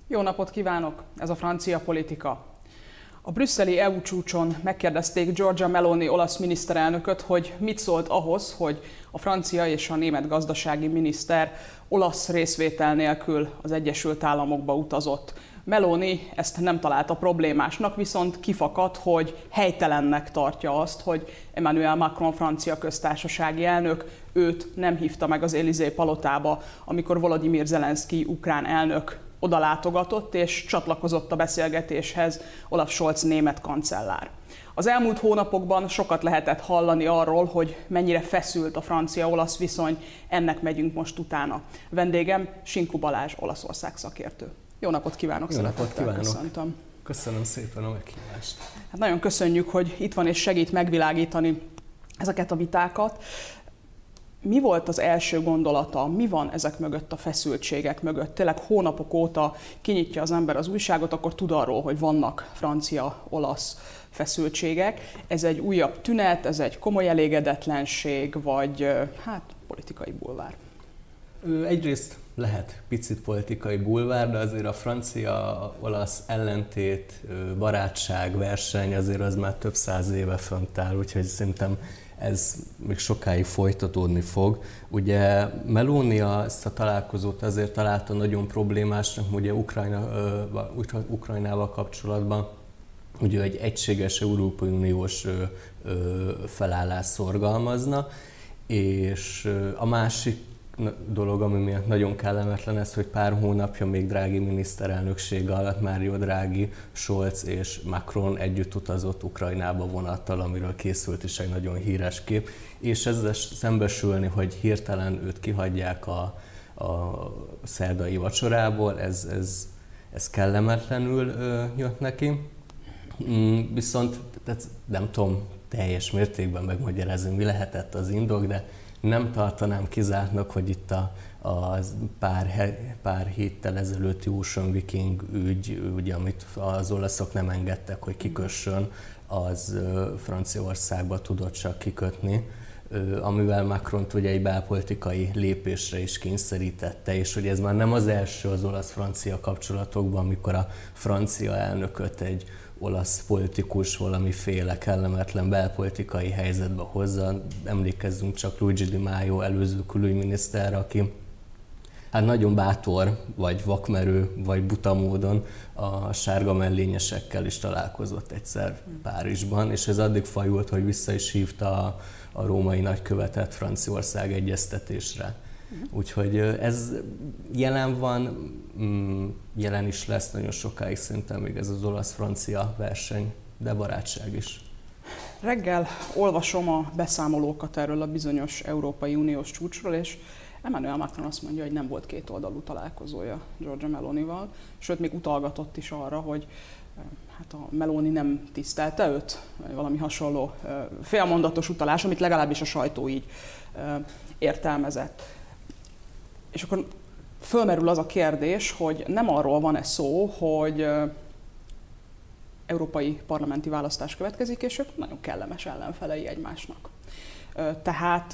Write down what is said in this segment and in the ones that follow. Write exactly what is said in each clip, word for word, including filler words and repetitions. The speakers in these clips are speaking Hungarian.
Jó napot kívánok! Ez a francia politika. A brüsszeli é u csúcson megkérdezték Giorgia Meloni olasz miniszterelnököt, hogy mit szólt ahhoz, hogy a francia és a német gazdasági miniszter olasz részvétel nélkül az Egyesült Államokba utazott. Meloni ezt nem találta problémásnak, viszont kifakadt, hogy helytelennek tartja azt, hogy Emmanuel Macron francia köztársasági elnök őt nem hívta meg az Élysée palotába, amikor Volodymyr Zelenszky ukrán elnök oda látogatott és csatlakozott a beszélgetéshez Olaf Scholz német kancellár. Az elmúlt hónapokban sokat lehetett hallani arról, hogy mennyire feszült a francia-olasz viszony, ennek megyünk most utána. Vendégem Sinkú Balázs, Olaszország szakértő. Jó napot kívánok, Jó napot kívánok. Köszöntöm. Köszönöm szépen a meghívást. Hát nagyon köszönjük, hogy itt van és segít megvilágítani ezeket a vitákat. Mi volt az első gondolata, mi van ezek mögött, a feszültségek mögött? Tényleg hónapok óta kinyitja az ember az újságot, akkor tud arról, hogy vannak francia-olasz feszültségek. Ez egy újabb tünet, ez egy komoly elégedetlenség, vagy hát politikai bulvár? Egyrészt lehet picit politikai bulvár, de azért a francia-olasz ellentét, barátság, verseny azért az már több száz éve fönt áll, úgyhogy szerintem ez még sokáig folytatódni fog. Ugye Meloni ezt a találkozót azért találta nagyon problémásnak, ugye Ukrajna, Ukrajnával kapcsolatban, ugye egy egységes Európai Uniós felállást szorgalmazna, és a másik dolog, ami miatt nagyon kellemetlen ez, hogy pár hónapja még Draghi miniszterelnöksége alatt Mario Draghi, Scholz és Macron együtt utazott Ukrajnába vonattal, amiről készült is egy nagyon híres kép, és ezzel szembesülni, hogy hirtelen őt kihagyják a, a szerdai vacsorából, ez, ez, ez kellemetlenül ö, jött neki. Mm, viszont tehát nem tudom teljes mértékben megmagyarázni, mi lehetett az indok, de nem tartanám kizártnak, hogy itt a, a pár, pár héttel ezelőtti Ocean Viking ügy, ugye, amit az olaszok nem engedtek, hogy kikössön, az Franciaországba tudott csak kikötni, amivel Macront ugye egy belpolitikai lépésre is kényszerítette, és hogy ez már nem az első az olasz-francia kapcsolatokban, amikor a francia elnököt egy olasz politikus valamiféle kellemetlen belpolitikai helyzetbe hozza. Emlékezzünk csak Luigi Di Maio előző külügyminiszterre, aki hát nagyon bátor, vagy vakmerő, vagy buta módon a sárga mellényesekkel is találkozott egyszer Párizsban, és ez addig fajult, hogy vissza is hívta a, a római nagykövetet Franciaország egyeztetésre. Úgyhogy ez jelen van, jelen is lesz nagyon sokáig szerintem még ez az olasz-francia verseny, de barátság is. Reggel olvasom a beszámolókat erről a bizonyos Európai Uniós csúcsról, és Emmanuel Macron azt mondja, hogy nem volt kétoldalú találkozója Giorgia Melonival, sőt még utalgatott is arra, hogy hát a Meloni nem tisztelte őt, vagy valami hasonló félmondatos utalás, amit legalábbis a sajtó így értelmezett. És akkor fölmerül az a kérdés, hogy nem arról van-e szó, hogy európai parlamenti választás következik, és ők nagyon kellemes ellenfelei egymásnak. Tehát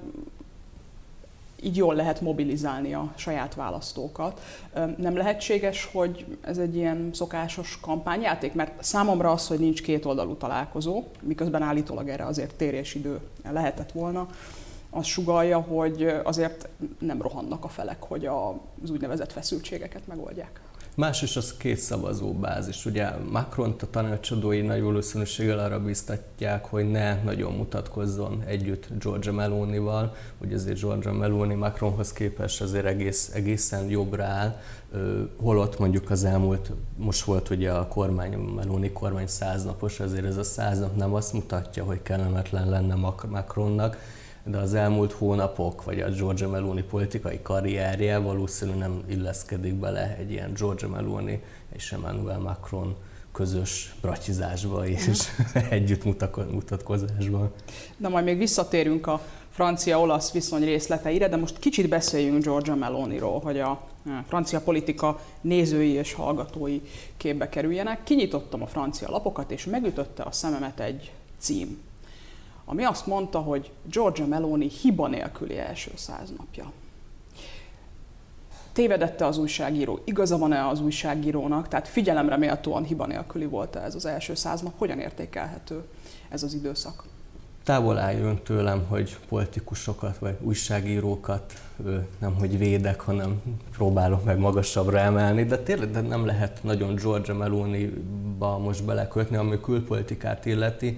így jól lehet mobilizálni a saját választókat. Nem lehetséges, hogy ez egy ilyen szokásos kampányjáték? Mert számomra az, hogy nincs kétoldalú találkozó, miközben állítólag erre azért térésidő lehetett volna, az sugallja, hogy azért nem rohannak a felek, hogy az úgynevezett feszültségeket megoldják. Más is az két szavazóbázis. Ugye Macront a tanácsadói nagy valószínűséggel arra bíztatják, hogy ne nagyon mutatkozzon együtt Giorgia Melonival. Ugye azért Giorgia Meloni Macronhoz képest azért egész, egészen jobbra áll, holott mondjuk az elmúlt, most volt ugye a kormány, a Meloni kormány száznapos, azért ez a száz nap nem azt mutatja, hogy kellemetlen lenne Macronnak, de az elmúlt hónapok, vagy a Giorgia Meloni politikai karrierje valószínűleg nem illeszkedik bele egy ilyen Giorgia Meloni és Emmanuel Macron közös bratizásba és együtt mutatkozásba. Na majd még visszatérünk a francia-olasz viszony részleteire, de most kicsit beszéljünk Giorgia Meloniról, hogy a francia politika nézői és hallgatói képbe kerüljenek. Kinyitottam a francia lapokat, és megütötte a szememet egy cím, ami azt mondta, hogy Giorgia Meloni hiba nélküli első száz napja. Tévedette az újságíró? Igaza van-e az újságírónak? Tehát figyelemre méltóan hiba nélküli volt ez az első száz nap? Hogyan értékelhető ez az időszak? Távol álljon tőlem, hogy politikusokat vagy újságírókat nem hogy védek, hanem próbálok meg magasabbra emelni, de tényleg de nem lehet nagyon Giorgia Meloni-ba most belekötni, ami külpolitikát illeti.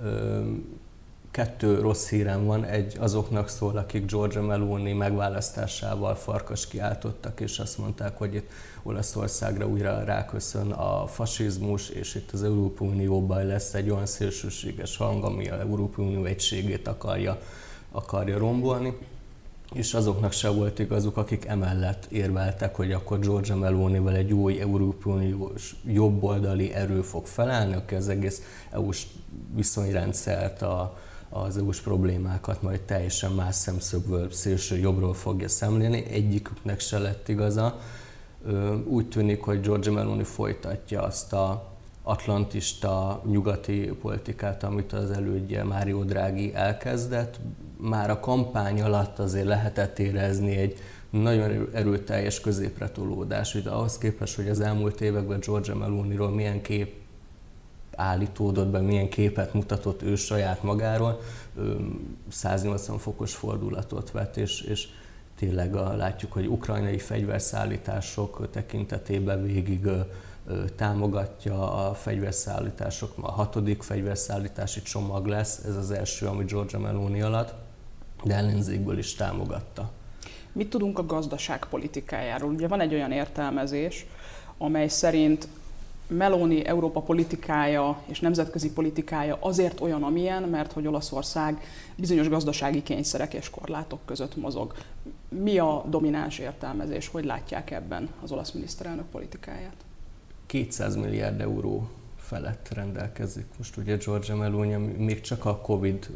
Kettő rossz hírem van, egy azoknak szól, akik Giorgia Meloni megválasztásával farkas kiáltottak, és azt mondták, hogy itt Olaszországra újra ráköszön a fasizmus, és itt az Európai Unióban lesz egy olyan szélsőséges hang, ami az Európai Unió egységét akarja, akarja rombolni. És azoknak se volt igazuk, akik emellett érveltek, hogy akkor Giorgia Melonival egy új Európai Uniós jobboldali erő fog felállni, aki az egész é u-s viszonyrendszert, a az é u-s problémákat majd teljesen más szemszögből, szélső jobbról fogja szemlélni. Egyiküknek se lett igaza. Úgy tűnik, hogy Giorgia Meloni folytatja azt az atlantista nyugati politikát, amit az elődje Mario Draghi elkezdett. Már a kampány alatt azért lehetett érezni egy nagyon erőteljes középre tolódás. Ugye ahhoz képest, hogy az elmúlt években Giorgia Meloniról milyen kép állítódott be, milyen képet mutatott ő saját magáról, száznyolcvan fokos fordulatot vett, és, és tényleg a, látjuk, hogy ukrajnai fegyverszállítások tekintetében végig támogatja a fegyverszállítások, a hatodik fegyverszállítási csomag lesz, ez az első, ami Giorgia Meloni alatt, de ellenzékből is támogatta. Mit tudunk a gazdaság politikájáról? Ugye van egy olyan értelmezés, amely szerint Meloni Európa politikája és nemzetközi politikája azért olyan, amilyen, mert hogy Olaszország bizonyos gazdasági kényszerek és korlátok között mozog. Mi a domináns értelmezés? Hogy látják ebben az olasz miniszterelnök politikáját? kétszáz milliárd euró felett rendelkezik. Most ugye Giorgia Meloni még csak a Covid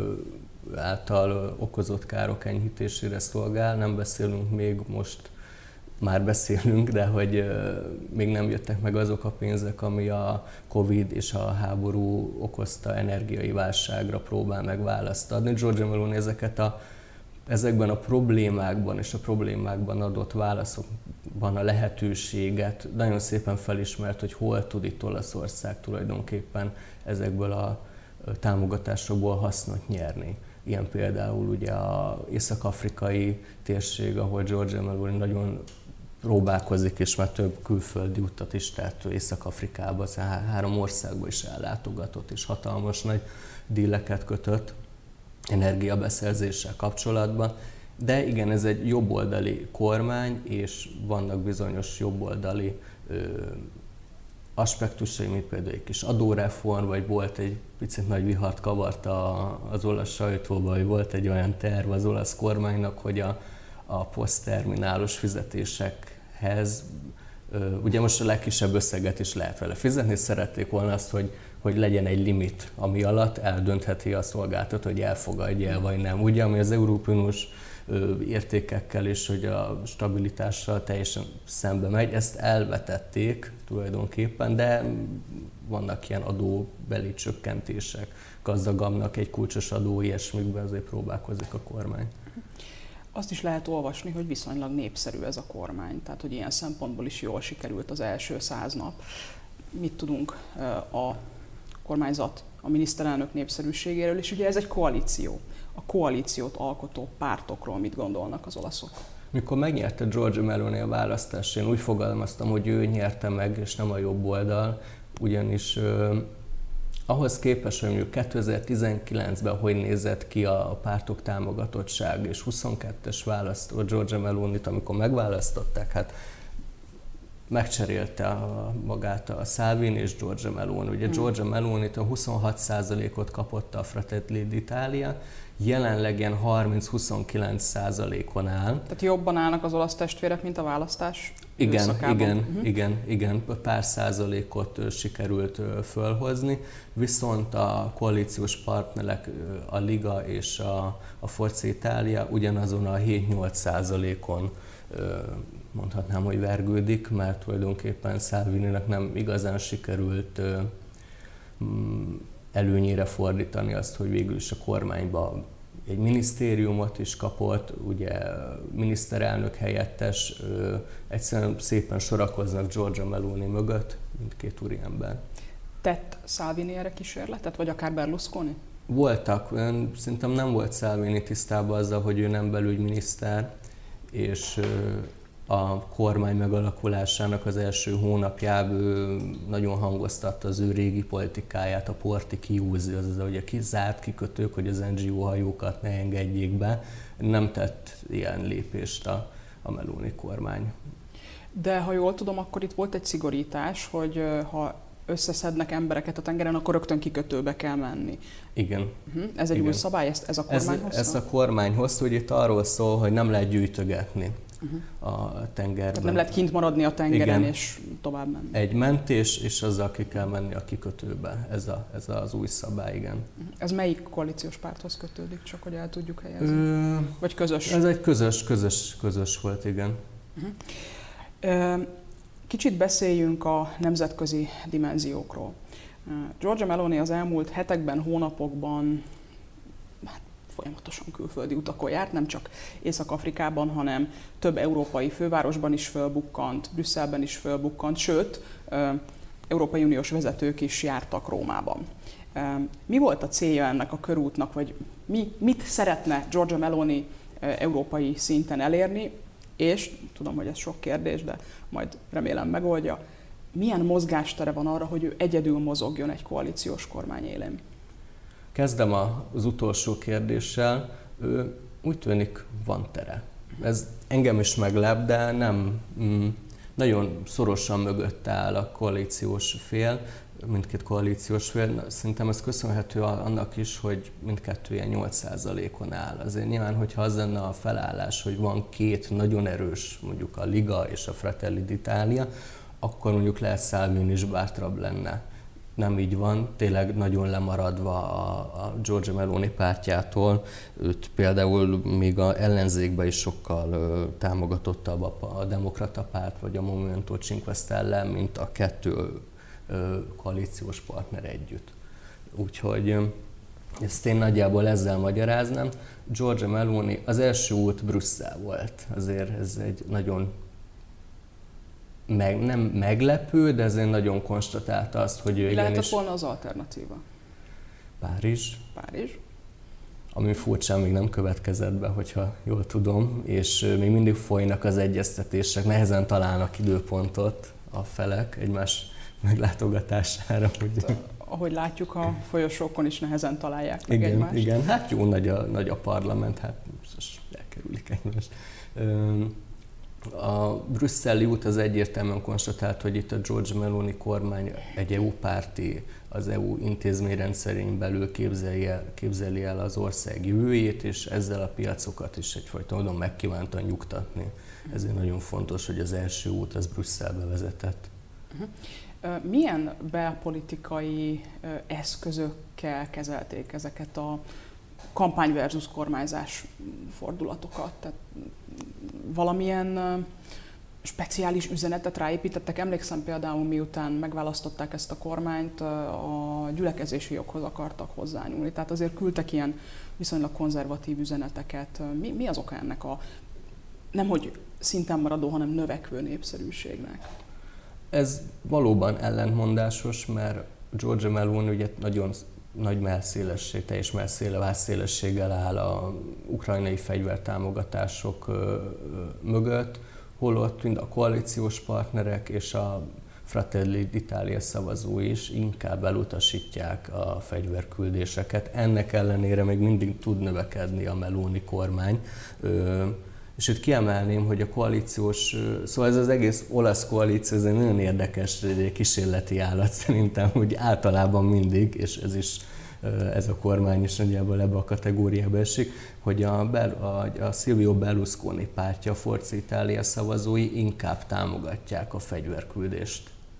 által okozott károk enyhítésére szolgál, nem beszélünk még most, már beszélünk, de hogy uh, még nem jöttek meg azok a pénzek, ami a Covid és a háború okozta energiai válságra próbál meg választ adni. Giorgia Meloni ezeket a, ezekben a problémákban és a problémákban adott válaszokban a lehetőséget nagyon szépen felismert, hogy hol tud itt Olaszország tulajdonképpen ezekből a támogatásokból hasznot nyerni. Ilyen például ugye az észak-afrikai térség, ahol Giorgia Meloni nagyon próbálkozik, és már több külföldi utat is tett Észak-Afrikába, három országba is ellátogatott, és hatalmas nagy díleket kötött energiabeszerzéssel kapcsolatban. De igen, ez egy jobboldali kormány, és vannak bizonyos jobboldali ö, aspektusai, mint például egy kis adóreform, vagy volt egy picit nagy vihart kavarta az olasz sajtóban, hogy volt egy olyan terv az olasz kormánynak, hogy a a posztterminálos fizetésekhez, ugye most a legkisebb összeget is lehet vele fizetni, szerették volna azt, hogy, hogy legyen egy limit, ami alatt eldöntheti a szolgáltató, hogy elfogadja el vagy nem. Ugye, ami az Európai Uniós értékekkel és hogy a stabilitással teljesen szembe megy, ezt elvetették tulajdonképpen, de vannak ilyen adóbeli csökkentések, gazdagabbnak egy kulcsos adó, ilyesmikben azért próbálkozik a kormány. Azt is lehet olvasni, hogy viszonylag népszerű ez a kormány, tehát hogy ilyen szempontból is jól sikerült az első száz nap. Mit tudunk a kormányzat, a miniszterelnök népszerűségéről, és ugye ez egy koalíció. A koalíciót alkotó pártokról mit gondolnak az olaszok? Mikor megnyerte Giorgia Meloni a választást, én úgy fogalmaztam, hogy ő nyerte meg, és nem a jobb oldal, ugyanis ahhoz képest, hogy mondjuk kétezer-tizenkilencben hogy nézett ki a pártok támogatottság, és huszonkettes választó Giorgia Melonit, amikor megválasztották, hát megcserélte a, magát a Salvini és Giorgia Meloni. Ugye hmm. Giorgia Melonit a huszonhat százalékot kapott a Fratelli d'Italia, jelenleg ilyen harminc-huszonkilenc százalékon áll. Tehát jobban állnak az olasz testvérek, mint a választás igen, időszakában. Igen, uh-huh. igen, igen, pár százalékot sikerült fölhozni, viszont a koalíciós partnerek, a Liga és a, a Forza Italia ugyanazon a hét-nyolc százalékon mondhatnám, hogy vergődik, mert tulajdonképpen Salvininek nem igazán sikerült előnyére fordítani azt, hogy végül is a kormányba egy minisztériumot is kapott, ugye miniszterelnök helyettes, egyszerűen szépen sorakoznak Giorgia Meloni mögött, mindkét úriember. Tett Salvini erre kísérletet, vagy akár Berlusconi? Voltak, szerintem nem volt Salvini tisztában azzal, hogy ő nem belügyminiszter, és a kormány megalakulásának az első hónapjában ő nagyon hangoztatta az ő régi politikáját, a porti chiusi, azaz, hogy a kizárt kikötők, hogy az en gé o hajókat ne engedjék be. Nem tett ilyen lépést a, a Meloni kormány. De ha jól tudom, akkor itt volt egy szigorítás, hogy ha összeszednek embereket a tengeren, akkor rögtön kikötőbe kell menni. Igen. Uh-huh. Ez egy Igen. új szabály, ezt ez a kormány ez, hozta? Ez a kormány hozta, hogy itt arról szól, hogy nem lehet gyűjtögetni uh-huh. a tengerben. Tehát nem lehet kint maradni a tengeren, igen. és tovább menni. Egy mentés, és azzal ki kell menni a kikötőbe. Ez, a, ez az új szabály, igen. Uh-huh. Ez melyik koalíciós párthoz kötődik, csak hogy el tudjuk helyezni? Ö... Vagy közös? Ez egy közös, közös, közös volt, igen. Uh-huh. Ö... Kicsit beszéljünk a nemzetközi dimenziókról. Giorgia Meloni az elmúlt hetekben, hónapokban hát, folyamatosan külföldi utakon járt, nem csak Észak-Afrikában, hanem több európai fővárosban is fölbukkant, Brüsszelben is fölbukkant, sőt, Európai Uniós vezetők is jártak Rómában. Mi volt a célja ennek a körútnak, vagy mi, mit szeretne Giorgia Meloni európai szinten elérni? És tudom, hogy ez sok kérdés, de majd remélem megoldja. Milyen mozgástere van arra, hogy ő egyedül mozogjon egy koalíciós kormány élén? Kezdem az utolsó kérdéssel. Ő úgy tűnik, van tere. Ez engem is meglep, de nem mm, nagyon szorosan mögött áll a koalíciós fél, mindkét koalíciós fél. Szerintem ez köszönhető annak is, hogy mindkettő ilyen nyolc százalékon áll. Azért nyilván, hogyha az lenne a felállás, hogy van két nagyon erős, mondjuk a Liga és a Fratelli d'Italia, akkor mondjuk lehet Salvini is bátrabb lenne. Nem így van, tényleg nagyon lemaradva a, a Giorgia Meloni pártjától. Őt például még a ellenzékben is sokkal ö, támogatottabb a, a Demokrata párt vagy a Movimento cinque Stelle, mint a kettő ö, koalíciós partner együtt. Úgyhogy ö, ezt én nagyjából ezzel magyaráznám. Giorgia Meloni az első út Brüsszel volt. Azért ez egy nagyon Meg, nem meglepő, de ezért nagyon konstatálta azt, hogy ő Mi lehetett igenis... volna az alternatíva? Párizs. Párizs. Ami furcsán még nem következett be, hogyha jól tudom, és még mindig folynak az egyeztetések, nehezen találnak időpontot a felek egymás meglátogatására. Hogy... Ahogy látjuk, a folyosókon is nehezen találják meg igen, egymást. Igen, hát jó nagy a, nagy a parlament, hát most elkerülik egymást. A brüsszeli út az egyértelműen konstatált, hogy itt a Giorgia Meloni kormány egy é u-párti, az é u intézményrendszerén belül képzeli el, képzeli el az ország jövőjét, és ezzel a piacokat is egyfajta módon megkívánta nyugtatni. Ezért nagyon fontos, hogy az első út az Brüsszelbe vezetett. Milyen belpolitikai eszközökkel kezelték ezeket a kampány versus kormányzás fordulatokat? Tehát valamilyen speciális üzenetet ráépítettek? Emlékszem például, miután megválasztották ezt a kormányt, a gyülekezési joghoz akartak hozzányúlni. Tehát azért küldtek ilyen viszonylag konzervatív üzeneteket. Mi, mi az oka ennek a nemhogy szinten maradó, hanem növekvő népszerűségnek? Ez valóban ellentmondásos, mert Giorgia Meloni ugye nagyon nagy mellszélesség, teljes mellszéle, vászszélességgel áll a ukrajnai fegyvertámogatások mögött, holott mind a koalíciós partnerek és a Fratelli d'Italia szavazói is inkább elutasítják a fegyverküldéseket. Ennek ellenére még mindig tud növekedni a Meloni kormány. És itt kiemelném, hogy a koalíciós, szóval ez az egész olasz koalíció, ez egy nagyon érdekes kísérleti állat szerintem, hogy általában mindig, és ez is, ez a kormány is nagyjából ebbe a kategóriába esik, hogy a, a, a Silvio Berlusconi pártja, a Forza Italia szavazói inkább támogatják a fegyverküldést.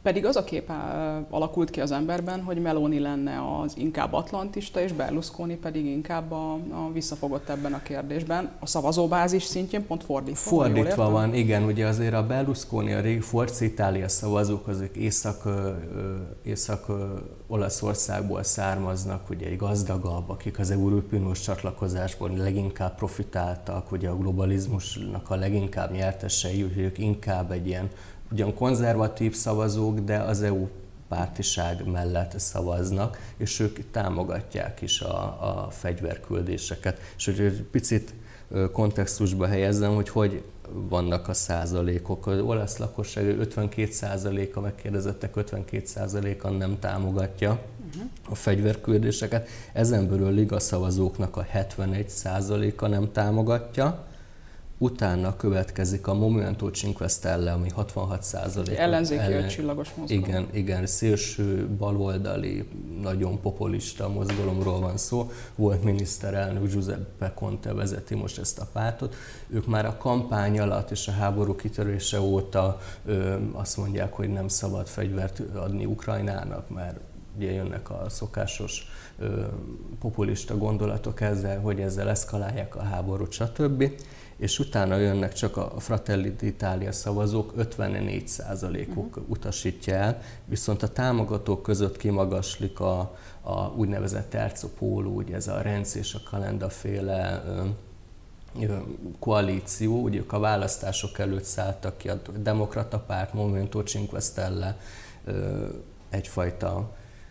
Pedig az a kép alakult ki az emberben, hogy Meloni lenne az inkább atlantista, és Berlusconi pedig inkább a, a visszafogott ebben a kérdésben. A szavazóbázis szintjén pont fordítva. Fordítva van, igen, ugye azért a Berlusconi, a régi Forza Italia szavazók, azok észak, észak Olaszországból származnak, ugye egy gazdagabb, akik az Európai Uniós csatlakozásból leginkább profitáltak, ugye a globalizmusnak a leginkább nyertesei, úgyhogy ők inkább egy ilyen ugyan konzervatív szavazók, de az é u pártiság mellett szavaznak, és ők támogatják is a, a fegyverküldéseket. És hogy egy picit kontextusba helyezzem, hogy hogy vannak a százalékok. Az olasz lakosság ötvenkét százaléka megkérdezettek, ötvenkét százaléka nem támogatja uh-huh. a fegyverküldéseket. Ezen belül a liga szavazóknak a hetvenegy százaléka nem támogatja. Utána következik a Movimento Cinque Stelle, ami hatvanhat százalék. Ellenzéki ellen... csillagos mozgalom. Igen, igen, szélső, baloldali, nagyon populista mozgalomról van szó. Volt miniszterelnök Giuseppe Conte vezeti most ezt a pártot. Ők már a kampány alatt és a háború kitörése óta ö, azt mondják, hogy nem szabad fegyvert adni Ukrajnának, mert ugye jönnek a szokásos ö, populista gondolatok ezzel, hogy ezzel eszkalálják a háborút, stb. És utána jönnek csak a Fratelli d'Italia szavazók, ötvennégy százalékuk uh-huh. utasítja el, viszont a támogatók között kimagaslik a, a úgynevezett Terzo Polo, ugye ez a Renzi és a Calenda féle ö, ö, koalíció, ugye ők a választások előtt szálltak ki, a Demokrata Párt, Movimento Cinque Stelle ö, egyfajta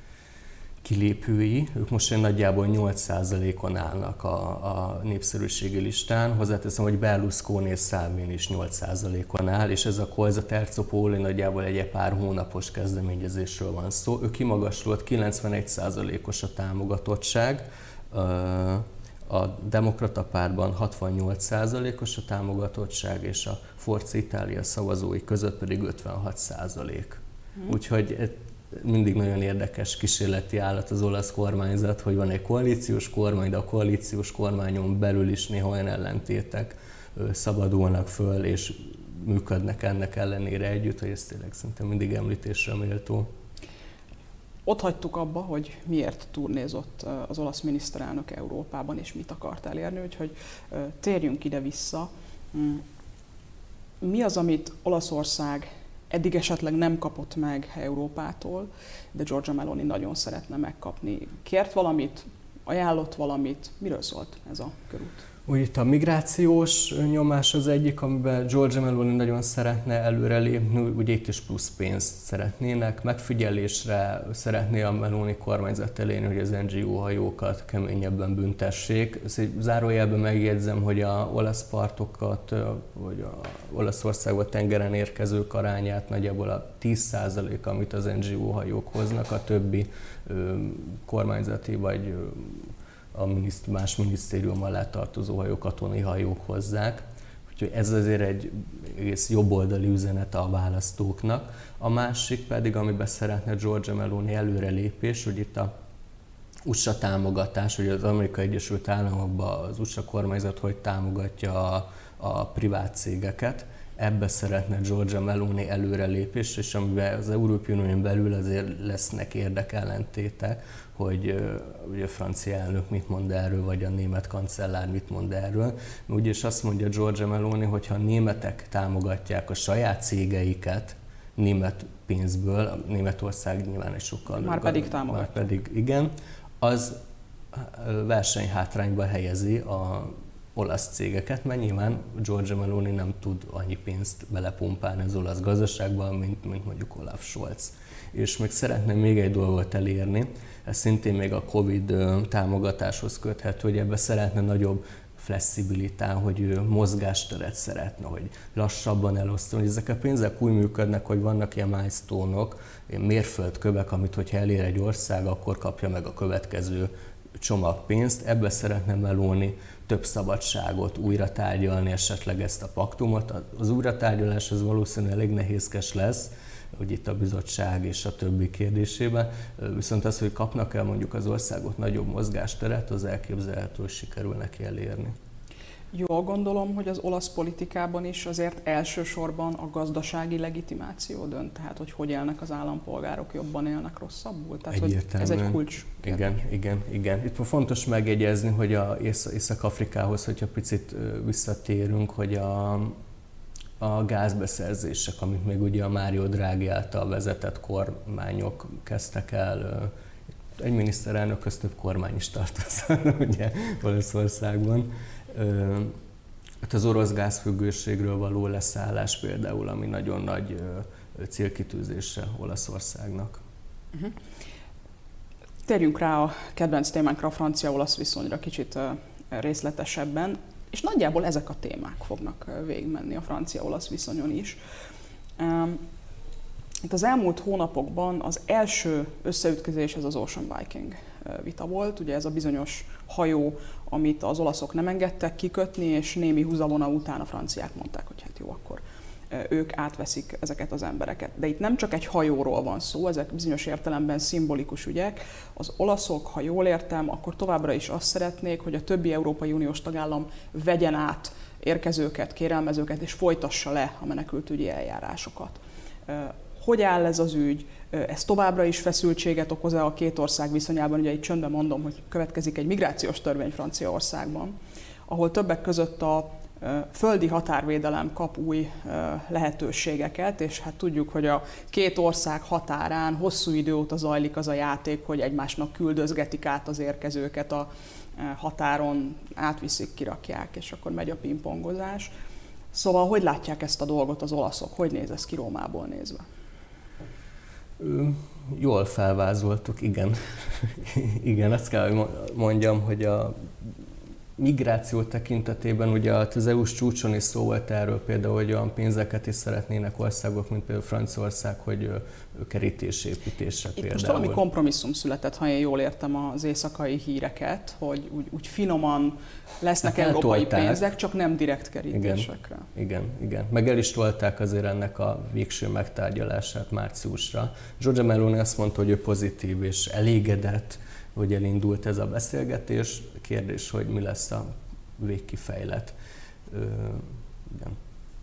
kilépői, ők most nagyjából nyolc százalékon állnak a, a népszerűségi listán. Hozzáteszem, hogy Berlusconi és Salvini is nyolc százalékon áll, és ez a Colza Terzo Polo nagyjából egy pár hónapos kezdeményezésről van szó. Ő kimagaslott, kilencvenegy százalékos a támogatottság, a Demokrata Pártban hatvannyolc százalékos a támogatottság, és a Forza Italia szavazói között pedig ötvenhat százalék. Hmm. Úgyhogy mindig nagyon érdekes kísérleti állat az olasz kormányzat, hogy van egy koalíciós kormány, de a koalíciós kormányon belül is néha olyan ellentétek szabadulnak föl, és működnek ennek ellenére együtt, hogy ez tényleg szerintem mindig említésre méltó. Ott hagytuk abba, hogy miért turnézott az olasz miniszterelnök Európában, és mit akart elérni, úgyhogy térjünk ide-vissza. Mi az, amit Olaszország eddig esetleg nem kapott meg Európától, de Giorgia Meloni nagyon szeretne megkapni? Kért valamit, ajánlott valamit? Miről szólt ez a körút? Úgy itt a migrációs nyomás az egyik, amiben Giorgia Meloni nagyon szeretne előrelépni, ugye itt is plusz pénzt szeretnének, megfigyelésre szeretné a Meloni kormányzat elérni, hogy az en gé o hajókat keményebben büntessék. Zárójelben megjegyzem, hogy a olasz partokat, vagy a Olaszországba tengeren érkezők arányát nagyjából a tíz százalék, amit az en gé o hajók hoznak, a többi kormányzati vagy a miniszt, más minisztérium alá tartozó hajók, katonai hajók hozzák. Úgyhogy ez azért egy egész jobboldali üzenet a választóknak. A másik pedig, amiben szeretne Giorgia Meloni előrelépés, hogy itt a u es á támogatás, hogy az Amerikai Egyesült Államokban az u es á kormányzat hogy támogatja a, a privát cégeket. Ebbe szeretne Giorgia Meloni előrelépés, és amiben az Európai Unión belül azért lesznek érdekellentétek, hogy ugye a francia elnök mit mond erről, vagy a német kancellár mit mond erről. Úgyis azt mondja Giorgia Meloni, hogy ha a németek támogatják a saját cégeiket német pénzből, Németország nyilván egy sokkal... Már pedig támogatja. Már pedig igen, az versenyhátrányba helyezi a olasz cégeket, mert nyilván Giorgia Meloni nem tud annyi pénzt belepumpálni az olasz gazdaságban, mint, mint mondjuk Olaf Scholz. És még szeretném még egy dolgot elérni, ez szintén még a Covid támogatáshoz köthető, hogy ebbe szeretne nagyobb flexibilitás, hogy ő mozgásteret szeretne, hogy lassabban elosztani, hogy ezek a pénzek úgy működnek, hogy vannak ilyen milestone-ok, mérföldkövek, amit hogyha elér egy ország, akkor kapja meg a következő csomag pénzt. Ebbe szeretne Meloni több szabadságot, újra tárgyalni esetleg ezt a paktumot. Az újratárgyalás az valószínűleg elég nehézkes lesz, hogy itt a bizottság és a többi kérdésében, viszont az, hogy kapnak el mondjuk az országot nagyobb mozgásteret, az elképzelhető, hogy sikerül neki elérni. Jól gondolom, hogy az olasz politikában is azért elsősorban a gazdasági legitimáció dönt, tehát hogy hogy élnek az állampolgárok, jobban élnek, rosszabbul? Tehát hogy ez egy kulcs. Igen, igen, igen. Itt fontos megjegyezni, hogy a Észak-Afrikához, hogyha picit visszatérünk, hogy a, a gázbeszerzések, amit még ugye a Mário Draghi által vezetett kormányok kezdtek el, egy miniszterelnök közt több kormány is tartozott, ugye Olaszországban. Hát az orosz gázfüggőségről való leszállás például, ami nagyon nagy célkitűzése Olaszországnak. Uh-huh. Térjünk rá a kedvenc témánkra, a francia-olasz viszonyra kicsit részletesebben, és nagyjából ezek a témák fognak végigmenni a francia-olasz viszonyon is. Itt az elmúlt hónapokban az első összeütközés ez az Ocean Viking vita volt, ugye ez a bizonyos hajó, amit az olaszok nem engedtek kikötni, és némi húzavona után a franciák mondták, hogy hát jó, akkor ők átveszik ezeket az embereket. De itt nem csak egy hajóról van szó, ezek bizonyos értelemben szimbolikus ügyek. Az olaszok, ha jól értem, akkor továbbra is azt szeretnék, hogy a többi Európai Uniós tagállam vegyen át érkezőket, kérelmezőket, és folytassa le a menekültügyi eljárásokat. Hogy áll ez az ügy? Ez továbbra is feszültséget okoz-e a két ország viszonyában? Ugye itt csöndben mondom, hogy következik egy migrációs törvény Franciaországban, ahol többek között a földi határvédelem kap új lehetőségeket, és hát tudjuk, hogy a két ország határán hosszú idő óta zajlik az a játék, hogy egymásnak küldözgetik át az érkezőket a határon, átviszik, kirakják, és akkor megy a pingpongozás. Szóval hogy látják ezt a dolgot az olaszok? Hogy néz ez ki Rómából nézve? Jól felvázoltuk, igen. Igen, azt kell, hogy mondjam, hogy a migráció tekintetében ugye az é u-s csúcson is szó volt erről például, hogy olyan pénzeket is szeretnének országok, mint például Franciaország, hogy kerítésépítésre itt például. Most valami kompromisszum született, ha én jól értem az éjszakai híreket, hogy úgy, úgy finoman lesznek hát európai eltolták. Pénzek, csak nem direkt kerítésekre. Igen, igen, igen. Meg el is tolták azért ennek a végső megtárgyalását márciusra. Giorgia Meloni azt mondta, hogy ő pozitív és elégedett, hogy elindult ez a beszélgetés. Kérdés, hogy mi lesz a végkifejlet. Ö, igen.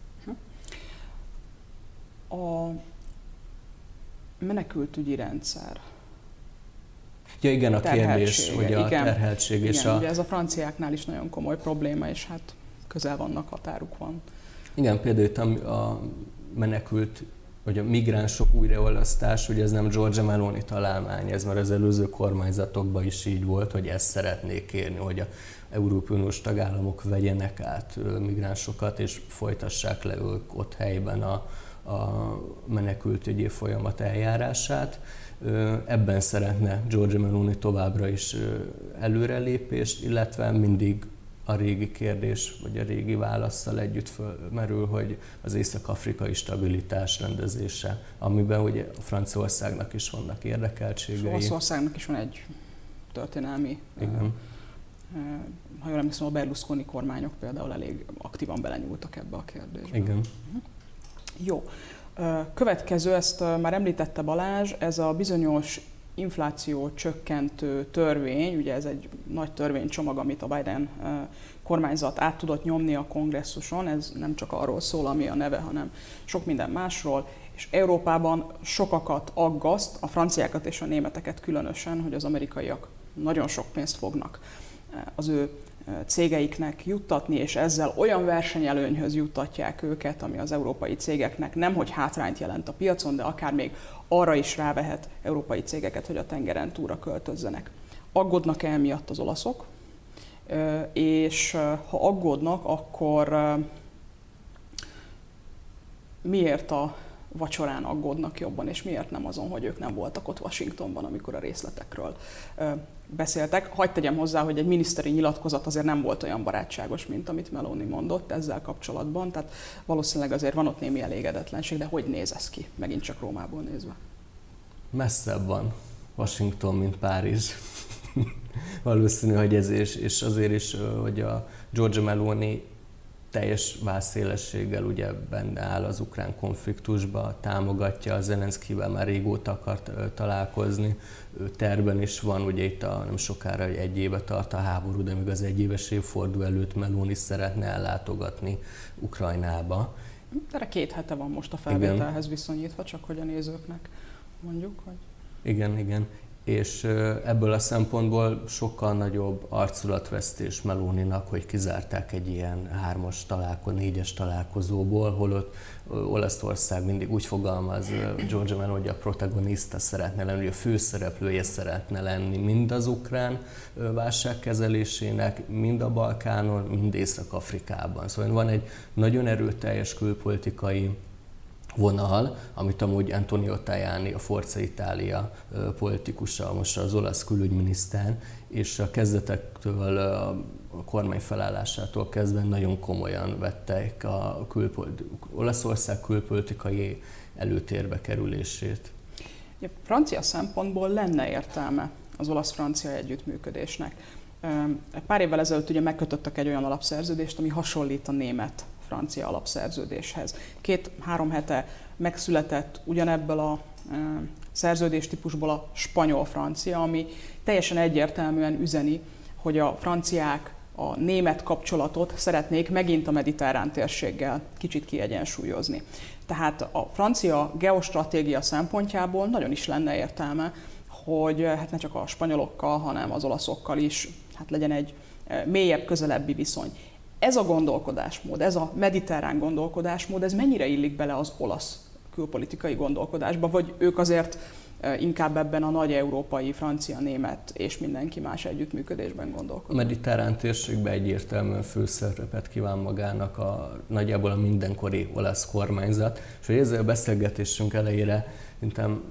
A menekültügyi rendszer. Ja igen, a kérdés, hogy a igen, terheltség és igen, a... ugye ez a franciáknál is nagyon komoly probléma, és hát közel vannak, határuk van. Igen, például a menekült, vagy a migránsok újraolasztás, ugye ez nem Giorgia Meloni találmány, ez már az előző kormányzatokban is így volt, hogy ezt szeretnék kérni, hogy az Európai Uniós tagállamok vegyenek át migránsokat, és folytassák le ők ott helyben a, a menekültügyi folyamat eljárását. Ebben szeretne Giorgia Meloni továbbra is előrelépést, illetve mindig a régi kérdés, vagy a régi válasszal együtt fölmerül, hogy az észak-afrikai stabilitás rendezése, amiben ugye a Franciaországnak is vannak érdekeltségei. Olaszországnak is van egy történelmi, igen. Ha jól emlékszem, a Berlusconi kormányok például elég aktívan belenyúltak ebbe a kérdésbe. Igen. Jó. Következő, ezt már említette Balázs, ez a bizonyos infláció csökkentő törvény, ugye ez egy nagy törvénycsomag, amit a Biden kormányzat át tudott nyomni a kongresszuson, ez nem csak arról szól, ami a neve, hanem sok minden másról, és Európában sokakat aggaszt, a franciákat és a németeket különösen, hogy az amerikaiak nagyon sok pénzt fognak az ő cégeiknek juttatni, és ezzel olyan versenyelőnyhöz juttatják őket, ami az európai cégeknek nemhogy hátrányt jelent a piacon, de akár még arra is rávehet európai cégeket, hogy a tengeren túlra költözzenek. Aggódnak-e emiatt az olaszok? És ha aggódnak, akkor miért a vacsorán aggódnak jobban, és miért nem azon, hogy ők nem voltak ott Washingtonban, amikor a részletekről beszéltek. Hadd tegyem hozzá, hogy egy miniszteri nyilatkozat azért nem volt olyan barátságos, mint amit Meloni mondott ezzel kapcsolatban, tehát valószínűleg azért van ott némi elégedetlenség, de hogy néz ez ki, megint csak Rómából nézve? Messzebb van Washington, mint Párizs. Valószínű, hogy ez is, és azért is, hogy a Giorgia Meloni teljes válszélességgel ugye benne áll az ukrán konfliktusba, támogatja, Zelenszkijvel már régóta akart találkozni, tervben is van, ugye itt a, nem sokára egy éve tart a háború, de még az egyéves évforduló előtt Meloni szeretne ellátogatni Ukrajnába. Erre két hete van most a felvételhez viszonyítva, csak hogy a nézőknek mondjuk, hogy... Igen, igen. És ebből a szempontból sokkal nagyobb arculatvesztés Meloninak, hogy kizárták egy ilyen hármas találkozó, négyes találkozóból, holott Olaszország mindig úgy fogalmaz, Giorgia Meloni, hogy a protagonista szeretne lenni, a főszereplője szeretne lenni mind az ukrán válságkezelésének, mind a Balkánon, mind Észak-Afrikában. Szóval van egy nagyon erőteljes külpolitikai vonal, amit amúgy Antonio Tajani, a Forza Italia politikusa, most az olasz külügyminiszter, és a kezdetektől, a kormány felállásától kezdve nagyon komolyan vették a külpolit- Olaszország külpolitikai előtérbe kerülését. Ja, francia szempontból lenne értelme az olasz-francia együttműködésnek. Pár évvel ezelőtt ugye megkötöttek egy olyan alapszerződést, ami hasonlít a német francia alapszerződéshez. Két-három hete megszületett ugyanebből a e, szerződéstípusból a spanyol-francia, ami teljesen egyértelműen üzeni, hogy a franciák a német kapcsolatot szeretnék megint a mediterrán térséggel kicsit kiegyensúlyozni. Tehát a francia geostratégia szempontjából nagyon is lenne értelme, hogy hát ne csak a spanyolokkal, hanem az olaszokkal is hát legyen egy mélyebb, közelebbi viszony. Ez a gondolkodásmód, ez a mediterrán gondolkodásmód, ez mennyire illik bele az olasz külpolitikai gondolkodásba, vagy ők azért inkább ebben a nagy európai, francia, német és mindenki más együttműködésben gondolkodnak? A mediterrán térségben egyértelműen főszerepet kíván magának a nagyjából a mindenkori olasz kormányzat, és hogy ezzel a beszélgetésünk elejére szerintem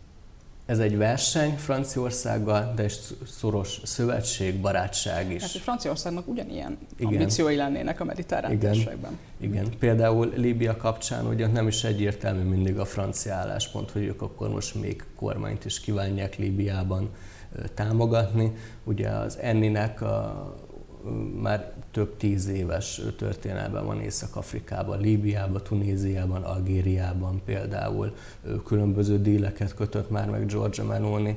ez egy verseny Franciaországgal, de egy szoros szövetség, barátság is. Hát, hogy Franciaországnak ugyanilyen Igen. ambíciói lennének a mediterrán Igen. térségben. Igen. Például Líbia kapcsán ugye nem is egyértelmű mindig a francia álláspont, hogy ők akkor most még kormányt is kívánják Líbiában támogatni. Ugye az Enninek a, már több tíz éves történelmen van Észak-Afrikában, Líbiában, Tunéziában, Algériában például különböző díleket kötött már meg Giorgia Meloni,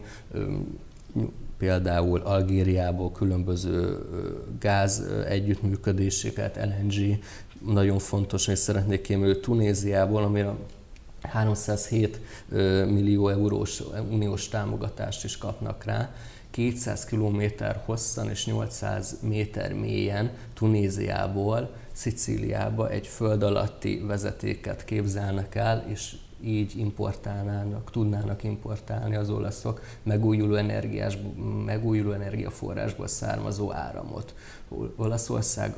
például Algériából különböző gáz együttműködéseket, el en gé, nagyon fontos, hogy szeretnék kiemelni Tunéziából, amire háromszázhét millió eurós uniós támogatást is kapnak rá. kétszáz kilométer hosszan és nyolcszáz méter mélyen Tunéziából Szicíliába egy föld alatti vezetéket képzelnek el, és így importálnának, tudnának importálni az olaszok megújuló, energiás, megújuló energiaforrásból származó áramot. Olaszország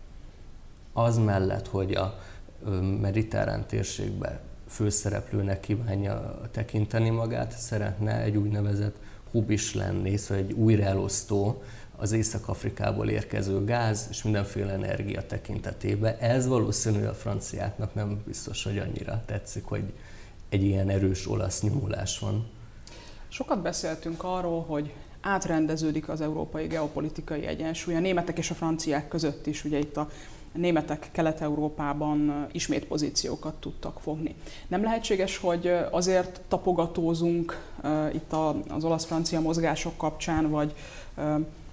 az mellett, hogy a mediterrán térségben főszereplőnek kívánja tekinteni magát, szeretne egy úgynevezett hub is lenni, szóval egy újraelosztó az Észak-Afrikából érkező gáz és mindenféle energia tekintetében. Ez valószínű a franciáknak nem biztos, hogy annyira tetszik, hogy egy ilyen erős olasz nyomulás van. Sokat beszéltünk arról, hogy átrendeződik az európai geopolitikai egyensúly a németek és a franciák között is. Ugye itt a németek Kelet-Európában ismét pozíciókat tudtak fogni. Nem lehetséges, hogy azért tapogatózunk uh, itt az olasz-francia mozgások kapcsán, vagy uh,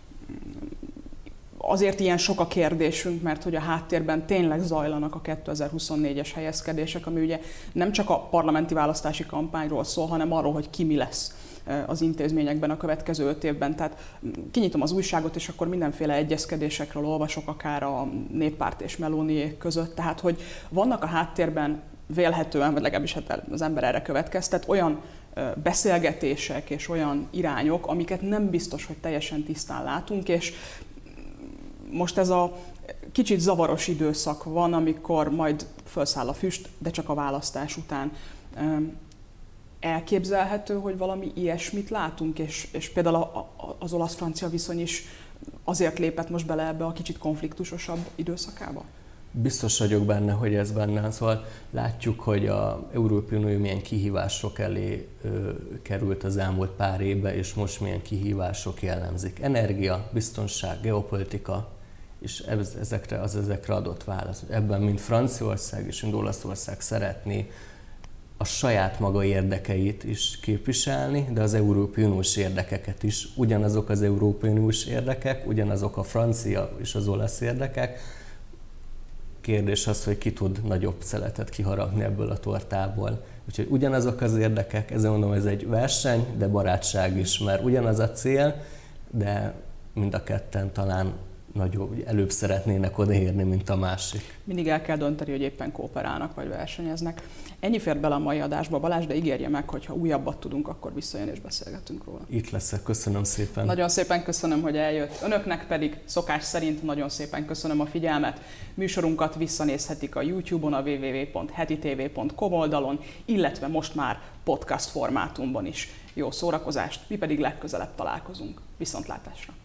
azért ilyen sok a kérdésünk, mert hogy a háttérben tényleg zajlanak a kétezer-huszonnégyes helyezkedések, ami ugye nem csak a parlamenti választási kampányról szól, hanem arról, hogy ki mi lesz az intézményekben a következő öt évben. Tehát kinyitom az újságot, és akkor mindenféle egyezkedésekről olvasok, akár a Néppárt és Meloniék között. Tehát, hogy vannak a háttérben vélhetően, vagy legalábbis az ember erre következtet, olyan beszélgetések és olyan irányok, amiket nem biztos, hogy teljesen tisztán látunk, és most ez a kicsit zavaros időszak van, amikor majd felszáll a füst, de csak a választás után. Elképzelhető, hogy valami ilyesmit látunk, és, és például a, a, az olasz-francia viszony is azért lépett most bele ebbe a kicsit konfliktusosabb időszakába? Biztos vagyok benne, hogy ez benne. Szóval látjuk, hogy az Európai Unió milyen kihívások elé ö, került az elmúlt pár évben, és most milyen kihívások jellemzik. Energia, biztonság, geopolitika, és ez, ezekre az ezekre adott válasz. Ebben mind Franciaország és mind Olaszország szeretné a saját maga érdekeit is képviselni, de az Európai Uniós érdekeket is. Ugyanazok az Európai Uniós érdekek, ugyanazok a francia és az olasz érdekek. Kérdés az, hogy ki tud nagyobb szeletet kiharapni ebből a tortából. Úgyhogy ugyanazok az érdekek, ezzel mondom, ez egy verseny, de barátság is, mert ugyanaz a cél, de mind a ketten talán nagyobb, előbb szeretnének odaérni, mint a másik. Mindig el kell dönteni, hogy éppen kooperálnak vagy versenyeznek. Ennyi fért bele a mai adásba, Balázs, de ígérje meg, hogy ha újabbat tudunk, akkor visszajön és beszélgetünk róla. Itt leszek, köszönöm szépen. Nagyon szépen köszönöm, hogy eljött. Önöknek pedig szokás szerint nagyon szépen köszönöm a figyelmet. Műsorunkat visszanézhetik a YouTube-on, a double-u double-u double-u pont heti té vé pont com oldalon, illetve most már podcast formátumban is. Jó szórakozást, mi pedig legközelebb találkozunk. Viszontlátásra!